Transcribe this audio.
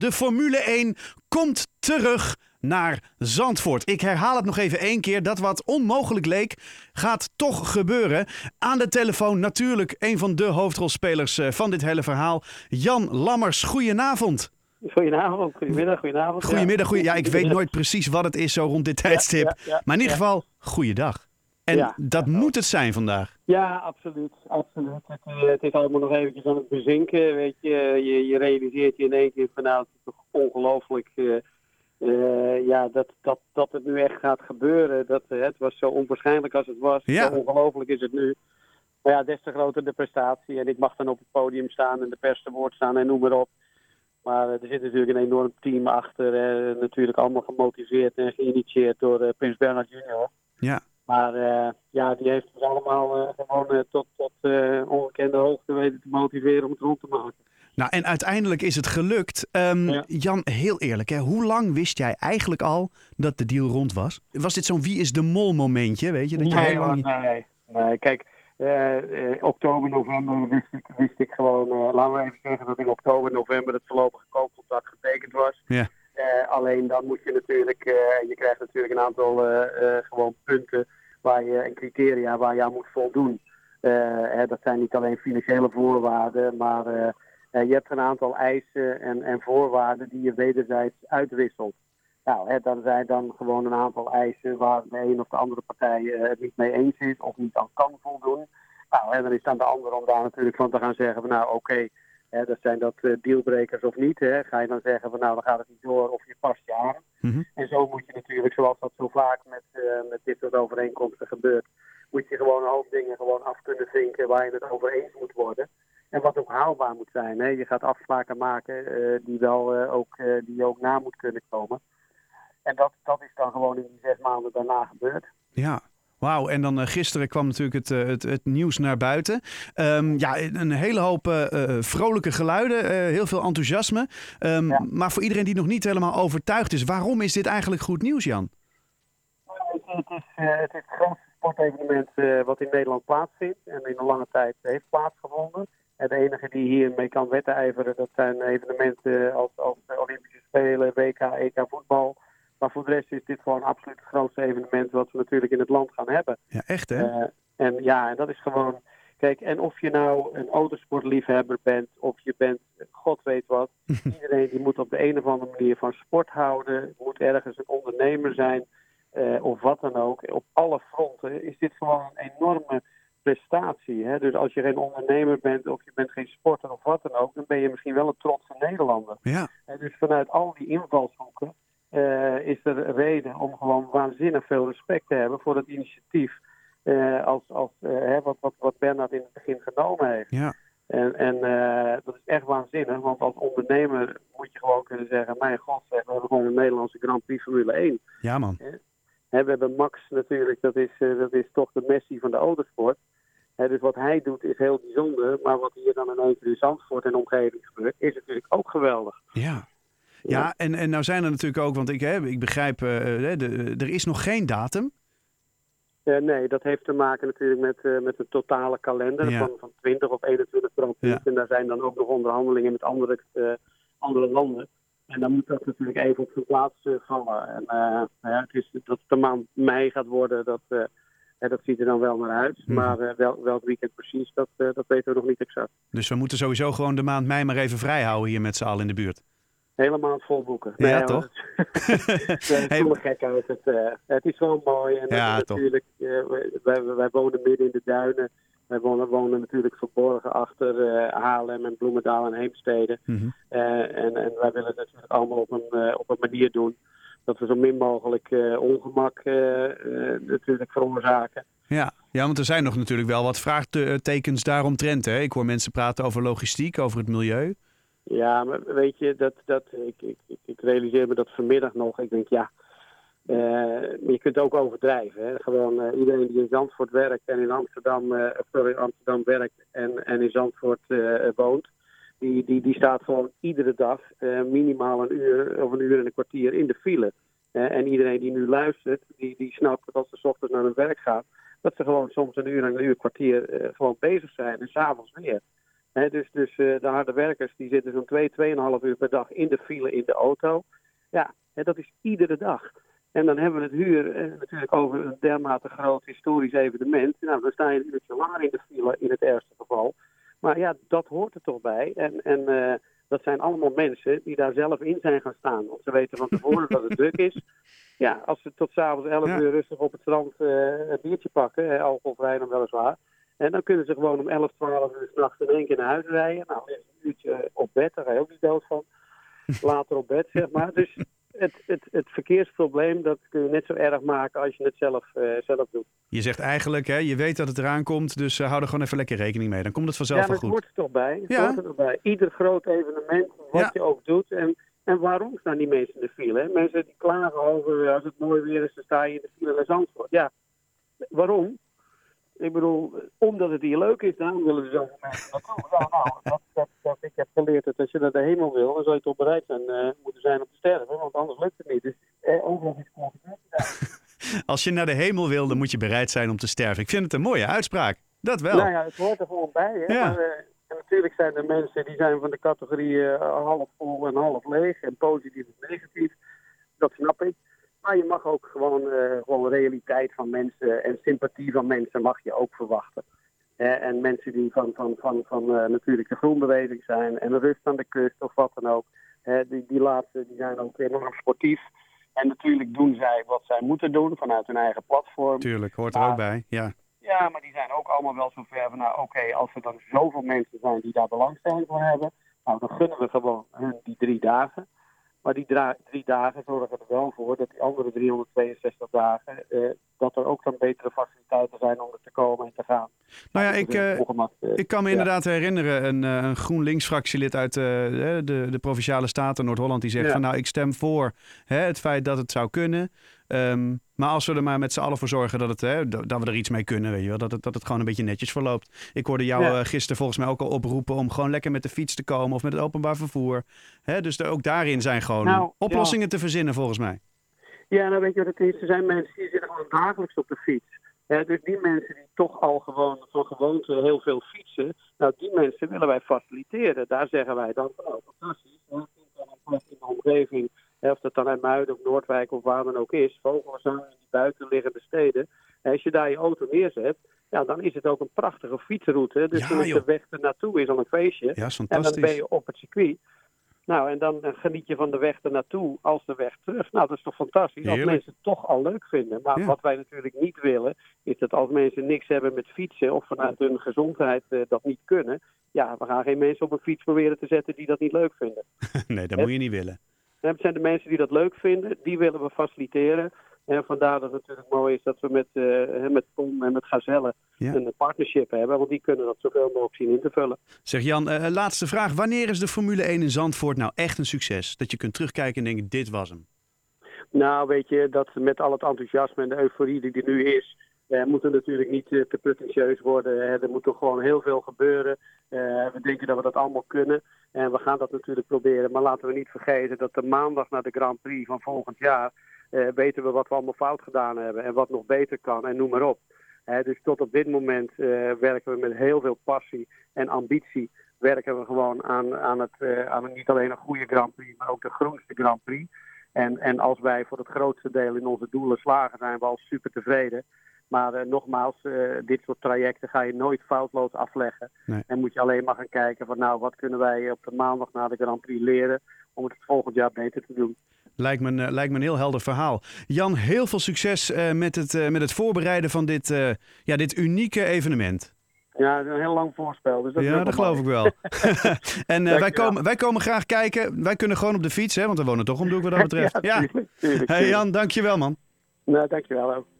De Formule 1 komt terug naar Zandvoort. Ik herhaal het nog even 1 keer. Dat wat onmogelijk leek, gaat toch gebeuren. Aan de telefoon natuurlijk een van de hoofdrolspelers van dit hele verhaal. Jan Lammers, goedenavond. Goedenavond, goedemiddag. Goedemiddag, ja, ik weet nooit precies wat het is zo rond dit tijdstip. Maar in ieder geval, goeiedag. En dat moet het zijn vandaag. Ja, absoluut. Het is allemaal nog eventjes aan het bezinken, weet je. Je realiseert je in één keer van nou, het is toch ongelooflijk dat het nu echt gaat gebeuren. Het was zo onwaarschijnlijk als het was. Ja. Zo ongelooflijk is het nu. Maar ja, des te groter de prestatie. En ik mag dan op het podium staan en de pers te woord staan en noem maar op. Maar er zit natuurlijk een enorm team achter. Natuurlijk allemaal gemotiveerd en geïnitieerd door Prins Bernhard Jr. Ja. Maar die heeft ons allemaal gewoon tot ongekende hoogte weten te motiveren om het rond te maken. Nou, en uiteindelijk is het gelukt. Jan, heel eerlijk, hè, hoe lang wist jij eigenlijk al dat de deal rond was? Was dit zo'n wie is de mol momentje, weet je? Dat je Nee. Kijk, oktober, november wist ik gewoon, laten we even zeggen dat in oktober, november het voorlopige koopcontract getekend was. Ja. Alleen dan moet je natuurlijk, je krijgt natuurlijk een aantal gewoon punten en criteria waar je aan moet voldoen. Dat zijn niet alleen financiële voorwaarden, maar je hebt een aantal eisen en voorwaarden die je wederzijds uitwisselt. Nou, dat zijn dan gewoon een aantal eisen waar de een of de andere partij het niet mee eens is of niet aan kan voldoen. Nou, en dan is het aan de ander om daar natuurlijk van te gaan zeggen van nou oké, dat zijn dat dealbreakers of niet. Ga je dan zeggen van nou dan gaat het niet door of je past je aan. Mm-hmm. En zo moet je natuurlijk, zoals dat zo vaak met dit soort overeenkomsten gebeurt, moet je gewoon een hoop dingen gewoon af kunnen vinken waar je het over eens moet worden. En wat ook haalbaar moet zijn. Hè. Je gaat afspraken maken die je ook na moet kunnen komen. En dat is dan gewoon in die 6 maanden daarna gebeurd. Ja. Wauw, en dan gisteren kwam natuurlijk het nieuws naar buiten. Een hele hoop vrolijke geluiden, heel veel enthousiasme. Maar voor iedereen die nog niet helemaal overtuigd is, waarom is dit eigenlijk goed nieuws, Jan? Het is het grootste sportevenement wat in Nederland plaatsvindt en in een lange tijd heeft plaatsgevonden. Het enige die hiermee kan wedijveren, dat zijn evenementen als de Olympische Spelen, WK, EK voetbal. Maar voor de rest is dit gewoon absoluut het grootste evenement wat we natuurlijk in het land gaan hebben. Ja, echt hè? En dat is gewoon... Kijk, en of je nou een autosportliefhebber bent, of je bent, god weet wat. Iedereen die moet op de een of andere manier van sport houden. Moet ergens een ondernemer zijn, of wat dan ook. Op alle fronten is dit gewoon een enorme prestatie. Hè? Dus als je geen ondernemer bent, of je bent geen sporter of wat dan ook, dan ben je misschien wel een trotse Nederlander. Ja. Dus vanuit al die invalshoeken is er reden om gewoon waanzinnig veel respect te hebben voor het initiatief wat Bernhard in het begin genomen heeft. Ja. En dat is echt waanzinnig, want als ondernemer moet je gewoon kunnen zeggen, mijn god, we hebben gewoon een Nederlandse Grand Prix Formule 1. Ja, man. We hebben Max natuurlijk, dat is toch de Messi van de autosport. Dus wat hij doet is heel bijzonder, maar wat hier dan in één keer in Zandvoort en omgeving gebeurt, is natuurlijk ook geweldig. Ja. Ja, en nou zijn er natuurlijk ook, want ik begrijp, er is nog geen datum. Nee, dat heeft te maken natuurlijk met een totale kalender van 20 of 21 Grand Prix. Ja. En daar zijn dan ook nog onderhandelingen met andere landen. En dan moet dat natuurlijk even op zijn plaats vallen. En het is dat het de maand mei gaat worden, dat ziet er dan wel naar uit. Maar welk weekend precies, dat weten we nog niet exact. Dus we moeten sowieso gewoon de maand mei maar even vrij houden hier met z'n allen in de buurt. Helemaal het volboeken. Ja, toch? Het is helemaal gek uit. Het is wel mooi. En natuurlijk, wij wonen midden in de duinen. Wij wonen natuurlijk verborgen achter Haarlem en Bloemendaal en Heemstede. Mm-hmm. En wij willen het natuurlijk allemaal op een manier doen dat we zo min mogelijk ongemak natuurlijk veroorzaken. Ja, want er zijn nog natuurlijk wel wat vraagtekens daaromtrent. Hè? Ik hoor mensen praten over logistiek, over het milieu. Ja, maar weet je, ik realiseer me dat vanmiddag nog. Ik denk, maar je kunt ook overdrijven. Hè? Gewoon iedereen die in Zandvoort werkt en in Amsterdam werkt en in Zandvoort woont, die staat gewoon iedere dag minimaal een uur of een uur en een kwartier in de file. En iedereen die nu luistert, die snapt dat als ze 's ochtends naar hun werk gaat, dat ze gewoon soms een uur en een kwartier gewoon bezig zijn en 's avonds weer. Dus de harde werkers die zitten zo'n 2,5 uur per dag in de file in de auto. Ja, dat is iedere dag. En dan hebben we het hier natuurlijk over een dermate groot historisch evenement. Nou, dan sta je een uurtje langer in de file in het ergste geval. Maar ja, dat hoort er toch bij. En dat zijn allemaal mensen die daar zelf in zijn gaan staan. Want ze weten van tevoren dat het druk is. Ja, als ze tot 's avonds 11 uur rustig op het strand een biertje pakken, alcoholvrij dan weliswaar. En dan kunnen ze gewoon om 11, 12 uur 's nachts in één keer naar huis rijden. Nou, eerst een uurtje op bed, daar ga je ook niet dood van. Later op bed, zeg maar. Dus het verkeersprobleem, dat kun je net zo erg maken als je het zelf doet. Je zegt eigenlijk, je weet dat het eraan komt, dus hou er gewoon even lekker rekening mee. Dan komt het vanzelf wel goed. Ja, maar het hoort er toch bij. Ieder groot evenement, wat je ook doet. En waarom staan die mensen in de file? Hè? Mensen die klagen over, als het mooi weer is, dan sta je in de file naar Zandvoort. Ja, waarom? Ik bedoel, omdat het hier leuk is, daarom willen ze zoveel mensen naartoe. Ik heb geleerd dat als je naar de hemel wil, dan zou je toch bereid moeten zijn om te sterven, want anders lukt het niet. Dus overal is consequentie. Als je naar de hemel wil, dan moet je bereid zijn om te sterven. Ik vind het een mooie uitspraak. Dat wel. Nou ja, het hoort er gewoon bij. Hè? Ja. Maar, en natuurlijk zijn er mensen die zijn van de categorie half vol en half leeg en positief en negatief. Dat snap ik. Maar je mag ook gewoon realiteit van mensen en sympathie van mensen mag je ook verwachten. En mensen die van natuurlijk de groenbeweging zijn en rust aan de kust of wat dan ook. Die laatste die zijn ook enorm sportief. En natuurlijk doen zij wat zij moeten doen vanuit hun eigen platform. Tuurlijk, hoort er ook bij. Ja. Ja, maar die zijn ook allemaal wel zover van, nou oké, als er dan zoveel mensen zijn die daar belangstelling voor hebben, nou dan gunnen we gewoon hun die 3 dagen. Maar die 3 dagen zorgen er wel voor dat die andere 362 dagen, dat er ook dan betere faciliteiten zijn om er te komen en te gaan. Nou ja, ik kan me inderdaad herinneren, een GroenLinks-fractielid uit de Provinciale Staten Noord-Holland, die zegt van nou, ik stem voor het feit dat het zou kunnen. Maar als we er maar met z'n allen voor zorgen dat we er iets mee kunnen, weet je wel, dat het gewoon een beetje netjes verloopt. Ik hoorde jou gisteren volgens mij ook al oproepen om gewoon lekker met de fiets te komen of met het openbaar vervoer. Dus ook daarin zijn gewoon oplossingen te verzinnen volgens mij. Ja, nou weet je wat het is? Er zijn mensen die zitten gewoon dagelijks op de fiets. Dus die mensen die toch al gewoon van gewoonte heel veel fietsen, nou die mensen willen wij faciliteren. Daar zeggen wij dan van, oh fantastisch, dan een plek in de omgeving. Of dat dan uit Muiden of Noordwijk of waar dan ook is. Vogelzang in die buitenliggende steden. Als je daar je auto neerzet, ja, dan is het ook een prachtige fietsroute. Dus dan is de weg ernaartoe is al een feestje. Ja, fantastisch. En dan ben je op het circuit. Nou, en dan geniet je van de weg ernaartoe als de weg terug. Nou, dat is toch fantastisch. Heerlijk. Als mensen het toch al leuk vinden. Maar wat wij natuurlijk niet willen, is dat als mensen niks hebben met fietsen of vanuit hun gezondheid dat niet kunnen. Ja, we gaan geen mensen op een fiets proberen te zetten die dat niet leuk vinden. Nee, dat moet je niet willen. Het zijn de mensen die dat leuk vinden, die willen we faciliteren. En vandaar dat het natuurlijk mooi is dat we met Tom en met Gazelle een partnership hebben. Want die kunnen dat zoveel mogelijk zien in te vullen. Zeg Jan, laatste vraag. Wanneer is de Formule 1 in Zandvoort nou echt een succes? Dat je kunt terugkijken en denken, dit was hem. Nou, weet je, dat met al het enthousiasme en de euforie die er nu is, moet er natuurlijk niet te pretentieus worden. Er moet toch gewoon heel veel gebeuren. We denken dat we dat allemaal kunnen. En we gaan dat natuurlijk proberen. Maar laten we niet vergeten dat de maandag na de Grand Prix van volgend jaar weten we wat we allemaal fout gedaan hebben. En wat nog beter kan. En noem maar op. Dus tot op dit moment werken we met heel veel passie en ambitie. Werken we gewoon aan niet alleen een goede Grand Prix, maar ook de grootste Grand Prix. En als wij voor het grootste deel in onze doelen slagen, zijn we al super tevreden. Maar nogmaals, dit soort trajecten ga je nooit foutloos afleggen. Nee. En moet je alleen maar gaan kijken van nou, wat kunnen wij op de maandag na de Grand Prix leren om het volgend jaar beter te doen. Lijkt me een heel helder verhaal. Jan, heel veel succes met het voorbereiden van dit unieke evenement. Ja, het is een heel lang voorspel. Dus dat geloof ik wel. En wij komen graag kijken. Wij kunnen gewoon op de fiets, hè, want we wonen toch om de hoek wat dat betreft. Ja, tuurlijk. Hey Jan, dankjewel man. Nou, dankjewel ook.